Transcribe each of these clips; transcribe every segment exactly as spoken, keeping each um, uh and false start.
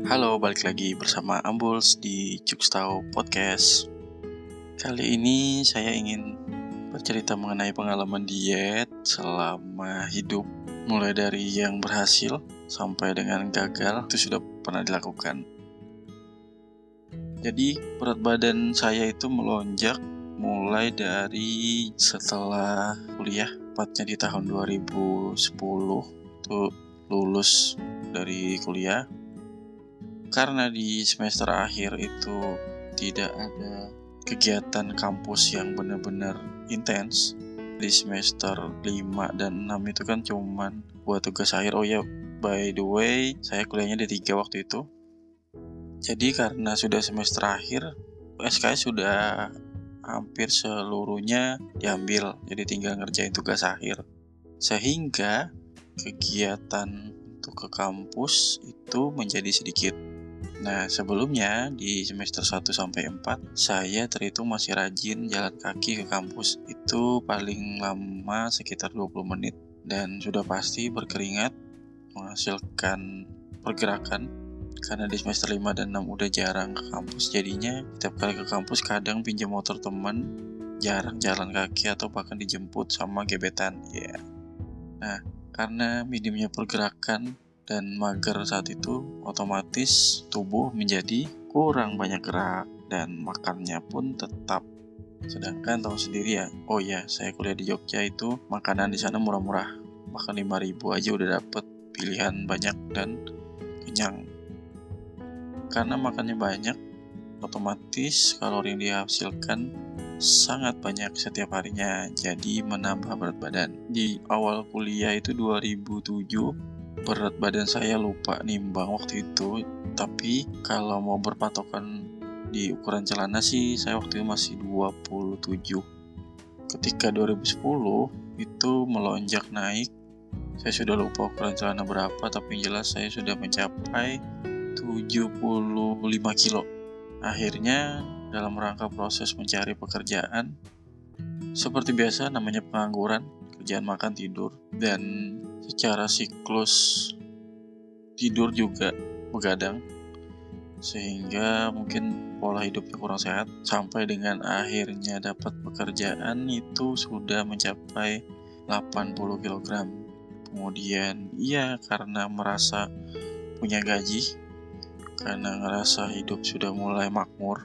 Halo, balik lagi bersama Ambuls di Cukstau Podcast. Kali ini saya ingin bercerita mengenai pengalaman diet selama hidup, mulai dari yang berhasil sampai dengan gagal, itu sudah pernah dilakukan. Jadi berat badan saya itu melonjak mulai dari setelah kuliah, tepatnya di tahun dua ribu sepuluh, itu lulus dari kuliah. Karena di semester akhir itu tidak ada kegiatan kampus yang benar-benar intens. Di semester lima dan enam itu kan cuman buat tugas akhir. Oh ya, by the way, saya kuliahnya D tiga waktu itu. Jadi karena sudah semester akhir, S K S sudah hampir seluruhnya diambil. Jadi tinggal ngerjain tugas akhir. Sehingga kegiatan untuk ke kampus itu menjadi sedikit. Nah, sebelumnya di semester satu sampai empat, saya terhitung masih rajin jalan kaki ke kampus. Itu paling lama sekitar dua puluh menit dan sudah pasti berkeringat, menghasilkan pergerakan. Karena di semester lima dan enam udah jarang ke kampus, jadinya setiap kali ke kampus kadang pinjam motor teman, jarang jalan kaki atau bahkan dijemput sama gebetan. Ya. Yeah. Nah, karena minimnya pergerakan dan mager saat itu, otomatis tubuh menjadi kurang banyak gerak dan makannya pun tetap. Sedangkan tahu sendiri ya, oh ya, saya kuliah di Jogja itu makanan di sana murah-murah, bahkan lima ribu aja udah dapet pilihan banyak dan kenyang. Karena makannya banyak, otomatis kalori yang dihasilkan sangat banyak setiap harinya, jadi menambah berat badan. Di awal kuliah itu dua ribu tujuh, berat badan saya lupa nimbang waktu itu, tapi kalau mau berpatokan di ukuran celana sih saya waktu itu masih dua puluh tujuh. Ketika dua ribu sepuluh itu melonjak naik, saya sudah lupa ukuran celana berapa, tapi jelas saya sudah mencapai tujuh puluh lima kilo. Akhirnya dalam rangka proses mencari pekerjaan, seperti biasa namanya pengangguran, kerjaan makan tidur, dan secara siklus tidur juga begadang, sehingga mungkin pola hidupnya kurang sehat, sampai dengan akhirnya dapat pekerjaan itu sudah mencapai delapan puluh kilogram. Kemudian iya, karena merasa punya gaji, karena ngerasa hidup sudah mulai makmur,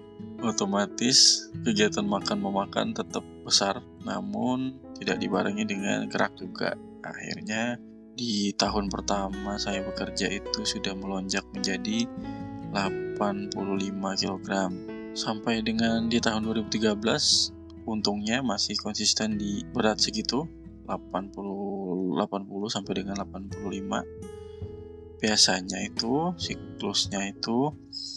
otomatis kegiatan makan memakan tetap besar, namun tidak dibarengi dengan gerak juga. Akhirnya di tahun pertama saya bekerja itu sudah melonjak menjadi delapan puluh lima kilogram. Sampai dengan di tahun dua ribu tiga belas, untungnya masih konsisten di berat segitu, delapan puluh, delapan puluh sampai dengan delapan puluh lima. Biasanya itu siklusnya itu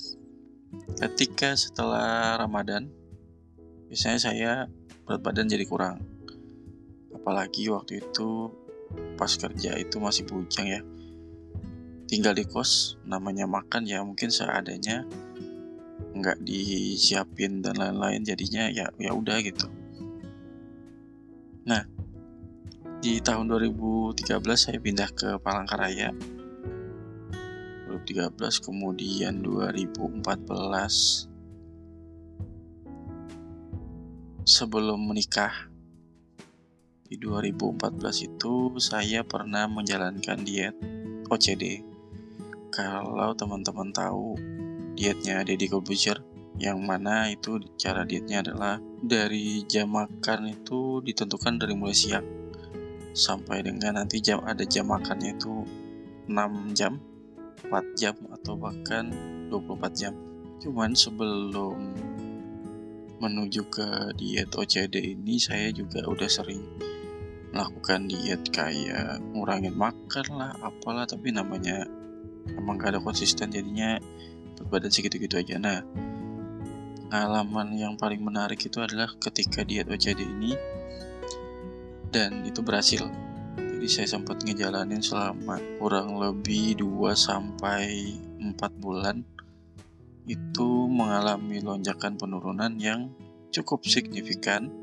ketika setelah Ramadan, biasanya saya berat badan jadi kurang. Apalagi waktu itu pas kerja itu masih bujang ya, tinggal di kos, namanya makan ya mungkin seadanya, nggak disiapin dan lain-lain, jadinya ya ya udah gitu. Nah, di tahun dua ribu tiga belas saya pindah ke Palangkaraya. dua ribu tiga belas, kemudian dua ribu empat belas sebelum menikah. Di dua ribu empat belas itu saya pernah menjalankan diet O C D. Kalau teman-teman tahu dietnya Deddy Corbuzier, yang mana itu cara dietnya adalah dari jam makan itu ditentukan dari mulai siang sampai dengan nanti jam ada jam makannya itu enam jam, empat jam atau bahkan dua puluh empat jam. Cuman sebelum menuju ke diet O C D ini, saya juga udah sering melakukan diet kayak ngurangin makan lah, apalah, tapi namanya emang gak ada konsisten, jadinya berat badan segitu-gitu aja. Nah, pengalaman yang paling menarik itu adalah ketika diet O C D ini, dan itu berhasil. Jadi saya sempat ngejalanin selama kurang lebih dua sampai empat bulan. Itu mengalami lonjakan penurunan yang cukup signifikan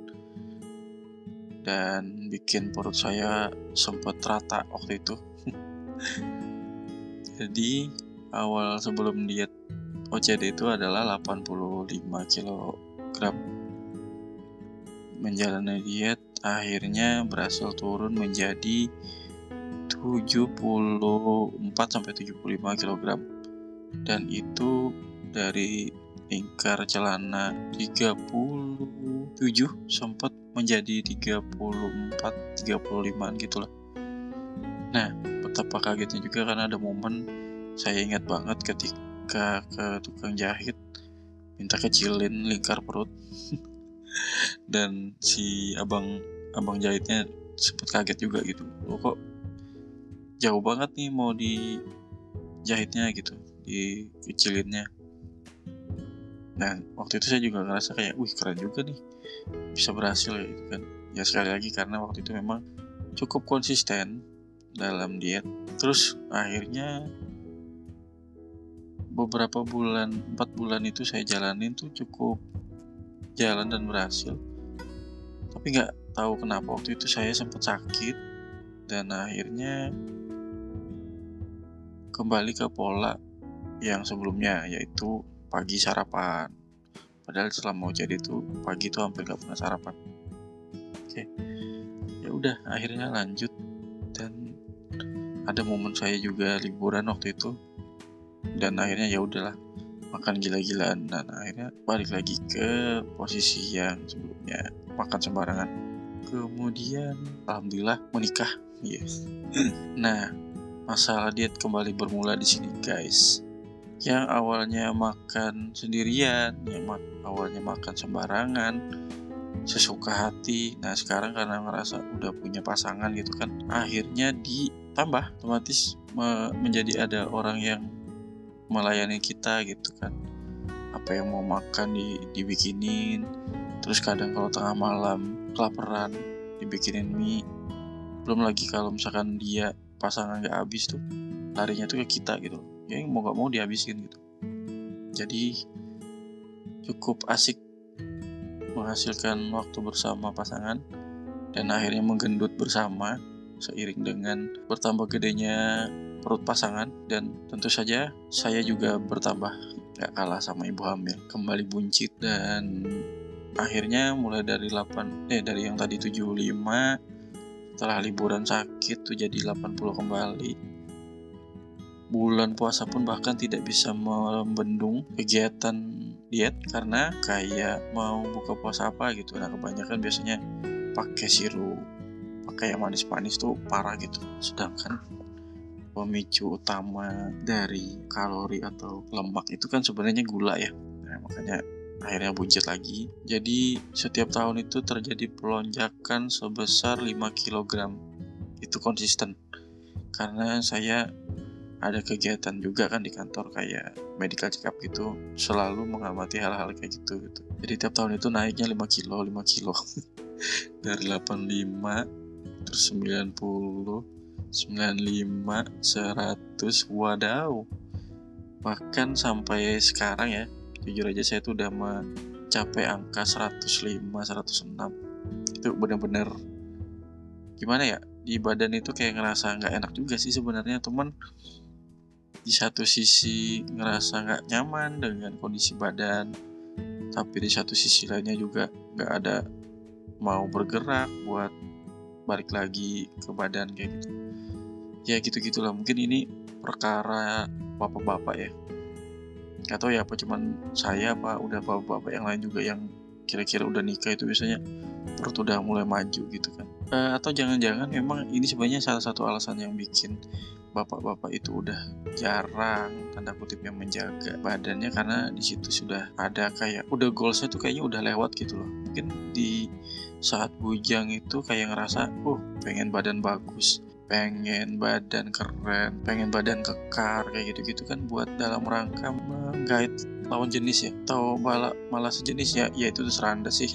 dan bikin perut saya sempat rata waktu itu. Jadi awal sebelum diet O C D itu adalah delapan puluh lima kilogram. Menjalani diet akhirnya berhasil turun menjadi tujuh puluh empat sampai tujuh puluh lima kilogram. Dan itu dari lingkar celana tiga puluh tujuh sempat menjadi tiga puluh empat tiga puluh lima gitu lah. Nah, betapa kagetnya juga karena ada momen saya ingat banget ketika ke tukang jahit minta kecilin lingkar perut dan si abang abang jahitnya sempat kaget juga gitu. Loh, kok jauh banget nih mau dijahitnya gitu, dikecilinnya. Nah, waktu itu saya juga ngerasa kayak, wih keren juga nih, bisa berhasil ya gitu kan. Ya sekali lagi karena waktu itu memang cukup konsisten dalam diet. Terus akhirnya beberapa bulan, empat bulan itu saya jalanin tuh cukup jalan dan berhasil. Tapi nggak tahu kenapa waktu itu saya sempat sakit dan akhirnya kembali ke pola yang sebelumnya, yaitu pagi sarapan. Padahal setelah mau jadi tuh pagi tuh hampir nggak pernah sarapan. Oke, ya udah akhirnya lanjut dan ada momen saya juga liburan waktu itu dan akhirnya ya udahlah makan gila-gilaan dan akhirnya balik lagi ke posisi yang sebelumnya, makan sembarangan. Kemudian alhamdulillah menikah. Yes. Nah, masalah diet kembali bermula di sini guys. Yang awalnya makan sendirian, yang mak- awalnya makan sembarangan, sesuka hati. Nah sekarang karena ngerasa udah punya pasangan gitu kan, akhirnya ditambah otomatis me- menjadi ada orang yang melayani kita gitu kan. Apa yang mau makan di, dibikinin. Terus kadang kalau tengah malam kelaparan dibikinin mie. Belum lagi kalau misalkan dia pasangan gak habis tuh, larinya tuh ke kita gitu. Ya mau gak mau dihabisin gitu. Jadi cukup asik menghasilkan waktu bersama pasangan dan akhirnya menggendut bersama seiring dengan bertambah gedenya perut pasangan. Dan tentu saja saya juga bertambah, gak kalah sama ibu hamil, kembali buncit. Dan akhirnya mulai dari delapan eh dari yang tadi tujuh puluh lima, setelah liburan sakit tuh jadi delapan puluh kembali. Bulan puasa pun bahkan tidak bisa membendung kegiatan diet karena kayak mau buka puasa apa gitu. Nah kebanyakan biasanya pakai sirup, pakai yang manis-manis tuh parah gitu. Sedangkan pemicu utama dari kalori atau lemak itu kan sebenarnya gula ya. Nah makanya akhirnya buncit lagi. Jadi setiap tahun itu terjadi pelonjakan sebesar lima kilogram. Itu konsisten karena saya ada kegiatan juga kan di kantor kayak medical check up gitu, selalu mengamati hal-hal kayak gitu gitu. Jadi tiap tahun itu naiknya lima kilo lima kilo dari delapan puluh lima terus sembilan puluh sembilan puluh lima seratus, wadaw. Bahkan sampai sekarang ya, jujur aja saya tuh udah mencapai angka seratus lima seratus enam. Itu benar-benar gimana ya, di badan itu kayak ngerasa nggak enak juga sih sebenarnya, teman. Di satu sisi ngerasa nggak nyaman dengan kondisi badan, tapi di satu sisi lainnya juga nggak ada mau bergerak buat balik lagi ke badan kayak gitu. Ya gitu-gitulah, mungkin ini perkara bapak-bapak ya. Gak tau ya apa cuman saya apa udah bapak-bapak yang lain juga yang kira-kira udah nikah itu biasanya perut udah mulai maju gitu kan. E, atau jangan-jangan memang ini sebenarnya salah satu alasan yang bikin bapak-bapak itu udah jarang tanda kutip yang menjaga badannya karena di situ sudah ada kayak udah goalsnya tuh kayaknya udah lewat gitu loh. Mungkin di saat bujang itu kayak ngerasa, oh pengen badan bagus, pengen badan keren, pengen badan kekar kayak gitu-gitu kan buat dalam rangka menggait lawan jenis ya, atau malah malah sejenis ya, ya itu terserah Anda sih.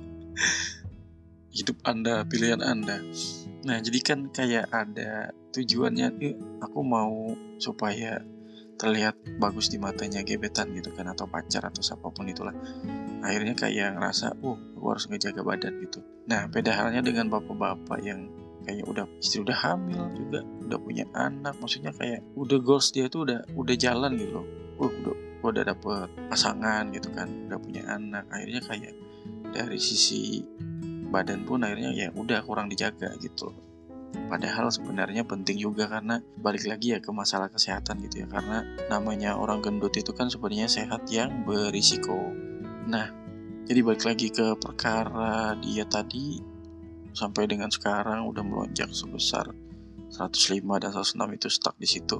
Hidup Anda, pilihan Anda. Nah jadi kan kayak ada tujuannya, eh, aku mau supaya terlihat bagus di matanya gebetan gitu kan, atau pacar atau siapapun itulah. Akhirnya kayak ngerasa, uh aku harus ngejaga badan gitu. Nah beda halnya dengan bapak-bapak yang kayaknya udah istri udah hamil juga, udah punya anak, maksudnya kayak udah goals dia tuh udah udah jalan gitu loh. Uh, udah udah dapet pasangan gitu kan, udah punya anak, akhirnya kayak dari sisi badan pun akhirnya ya udah kurang dijaga gitu. Padahal sebenarnya penting juga karena balik lagi ya ke masalah kesehatan gitu ya, karena namanya orang gendut itu kan sebenarnya sehat yang berisiko. Nah, jadi balik lagi ke perkara diet tadi, sampai dengan sekarang udah melonjak sebesar seratus lima dan seratus enam itu stuck di situ.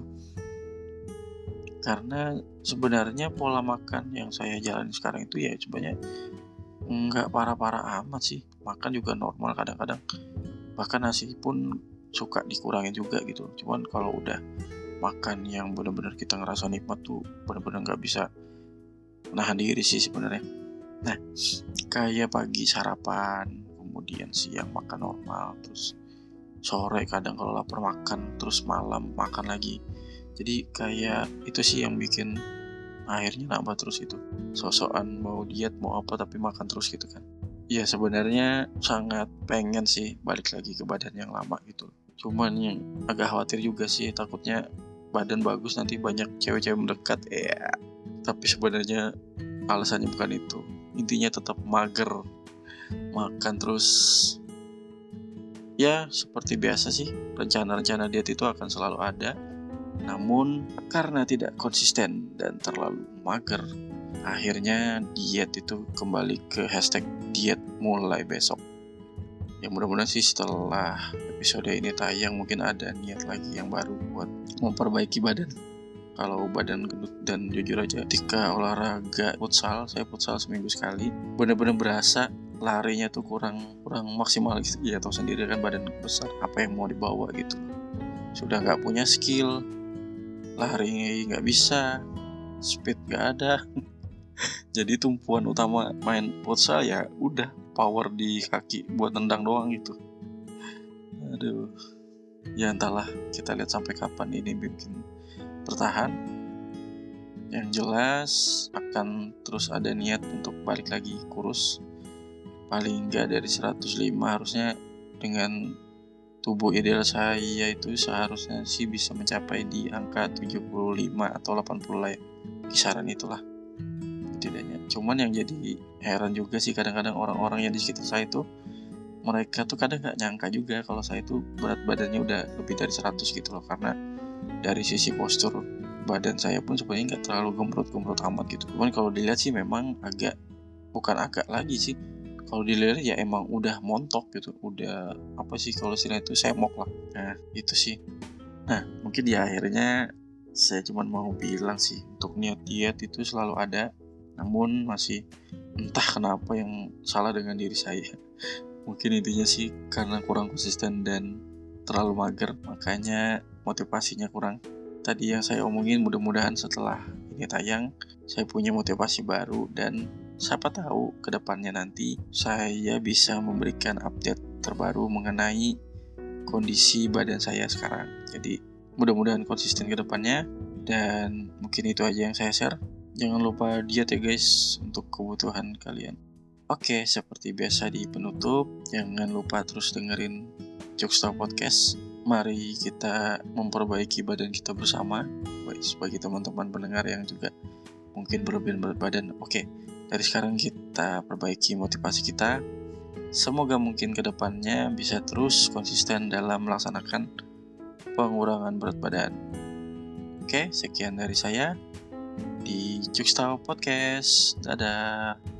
Karena sebenarnya pola makan yang saya jalani sekarang itu ya sebenarnya nggak parah-parah amat sih, makan juga normal kadang-kadang, bahkan nasi pun suka dikurangin juga gitu. Cuman kalau udah makan yang benar-benar kita ngerasa nikmat tuh benar-benar nggak bisa nahan diri sih sebenarnya. Nah, kayak pagi sarapan, kemudian siang makan normal, terus sore kadang kalau lapar makan, terus malam makan lagi. Jadi kayak itu sih yang bikin akhirnya nambah terus itu, sosokan mau diet mau apa tapi makan terus gitu kan. Ya sebenarnya sangat pengen sih balik lagi ke badan yang lama gitu. Cuman yang agak khawatir juga sih, takutnya badan bagus nanti banyak cewek-cewek mendekat ya. Tapi sebenarnya alasannya bukan itu. Intinya tetap mager, makan terus. Ya seperti biasa sih, rencana-rencana diet itu akan selalu ada. Namun karena tidak konsisten dan terlalu mager, akhirnya diet itu kembali ke hashtag diet mulai besok. Ya mudah-mudahan sih setelah episode ini tayang mungkin ada niat lagi yang baru buat memperbaiki badan. Kalau badan gendut, dan jujur aja ketika olahraga futsal, saya futsal seminggu sekali, benar-benar berasa larinya tuh kurang kurang maksimal gitu. Ya tahu sendiri kan badan besar, apa yang mau dibawa gitu. Sudah nggak punya skill, lari nggak bisa, speed nggak ada. Jadi tumpuan utama main futsal ya udah power di kaki buat nendang doang gitu. Aduh, ya entahlah, kita lihat sampai kapan ini bikin bertahan. Yang jelas akan terus ada niat untuk balik lagi kurus, paling nggak dari seratus lima, harusnya dengan tubuh ideal saya itu seharusnya sih bisa mencapai di angka tujuh puluh lima atau delapan puluh lah ya, kisaran itulah tidaknya. Cuman yang jadi heran juga sih kadang-kadang orang-orang yang di sekitar saya itu, mereka tuh kadang gak nyangka juga kalau saya tuh berat badannya udah lebih dari seratus gitu loh. Karena dari sisi postur badan saya pun sebenarnya gak terlalu gembrot-gembrot amat gitu. Cuman kalau dilihat sih memang agak, bukan agak lagi sih, kalau dilihat ya emang udah montok gitu, udah apa sih kalau istilah itu, semok lah. Nah itu sih. Nah mungkin di akhirnya saya cuma mau bilang sih, untuk niat diet itu selalu ada, namun masih entah kenapa yang salah dengan diri saya. Mungkin intinya sih karena kurang konsisten dan terlalu mager, makanya motivasinya kurang. Tadi yang saya omongin, mudah-mudahan setelah ini tayang saya punya motivasi baru, dan siapa tahu kedepannya nanti saya bisa memberikan update terbaru mengenai kondisi badan saya sekarang. Jadi mudah-mudahan konsisten kedepannya, dan mungkin itu aja yang saya share. Jangan lupa diet ya guys, untuk kebutuhan kalian. Oke, seperti biasa di penutup, jangan lupa terus dengerin Jokestaw Podcast. Mari kita memperbaiki badan kita bersama. Guys, bagi teman-teman pendengar yang juga mungkin berlebihan berat badan, oke, dari sekarang kita perbaiki motivasi kita. Semoga mungkin kedepannya bisa terus konsisten dalam melaksanakan pengurangan berat badan. Oke, sekian dari saya di Jokestaw Podcast. Dadah.